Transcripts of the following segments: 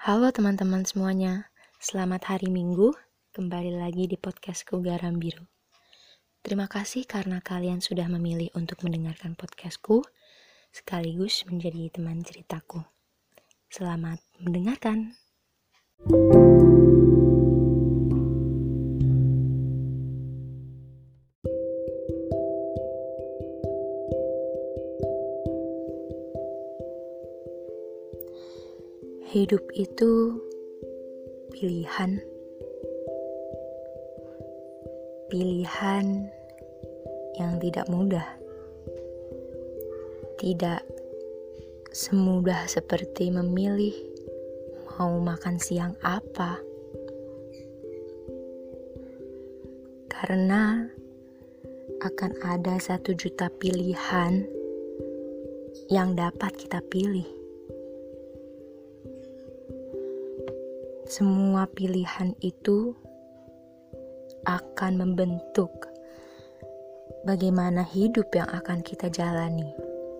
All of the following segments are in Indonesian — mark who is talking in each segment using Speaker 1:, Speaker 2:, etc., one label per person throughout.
Speaker 1: Halo teman-teman semuanya, selamat hari Minggu, kembali lagi di podcastku Garam Biru. Terima kasih karena kalian sudah memilih untuk mendengarkan podcastku, sekaligus menjadi teman ceritaku. Selamat mendengarkan. Hidup itu pilihan. Pilihan yang tidak mudah. Tidak semudah seperti memilih mau makan siang apa. Karena akan ada 1 juta pilihan yang dapat kita pilih. Semua pilihan itu akan membentuk bagaimana hidup yang akan kita jalani.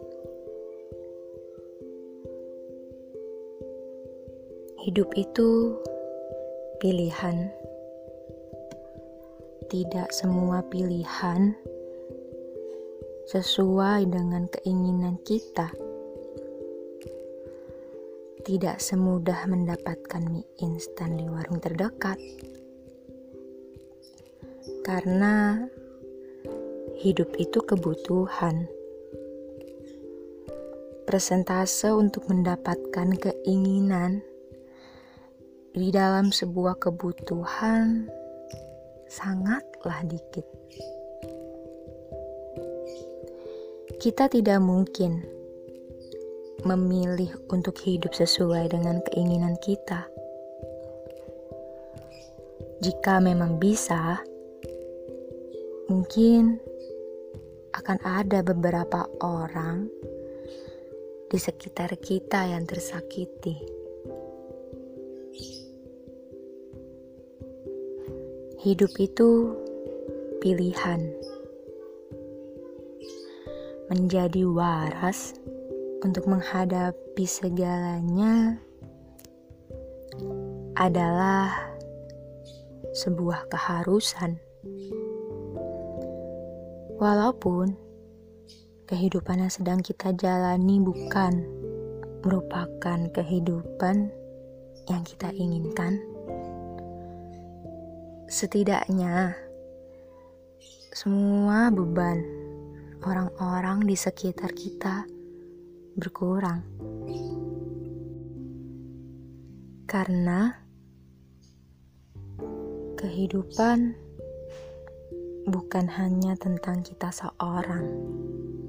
Speaker 1: Hidup itu pilihan. Tidak semua pilihan sesuai dengan keinginan kita. Tidak semudah mendapatkan mie instan di warung terdekat. Karena hidup itu kebutuhan. Persentase untuk mendapatkan keinginan di dalam sebuah kebutuhan sangatlah dikit. Kita tidak mungkin memilih untuk hidup sesuai dengan keinginan kita. Jika memang bisa, mungkin akan ada beberapa orang di sekitar kita yang tersakiti. Hidup itu pilihan. Menjadi waras untuk menghadapi segalanya adalah sebuah keharusan. Walaupun kehidupan yang sedang kita jalani bukan merupakan kehidupan yang kita inginkan, setidaknya semua beban orang-orang di sekitar kita berkurang. Karena kehidupan bukan hanya tentang kita seorang,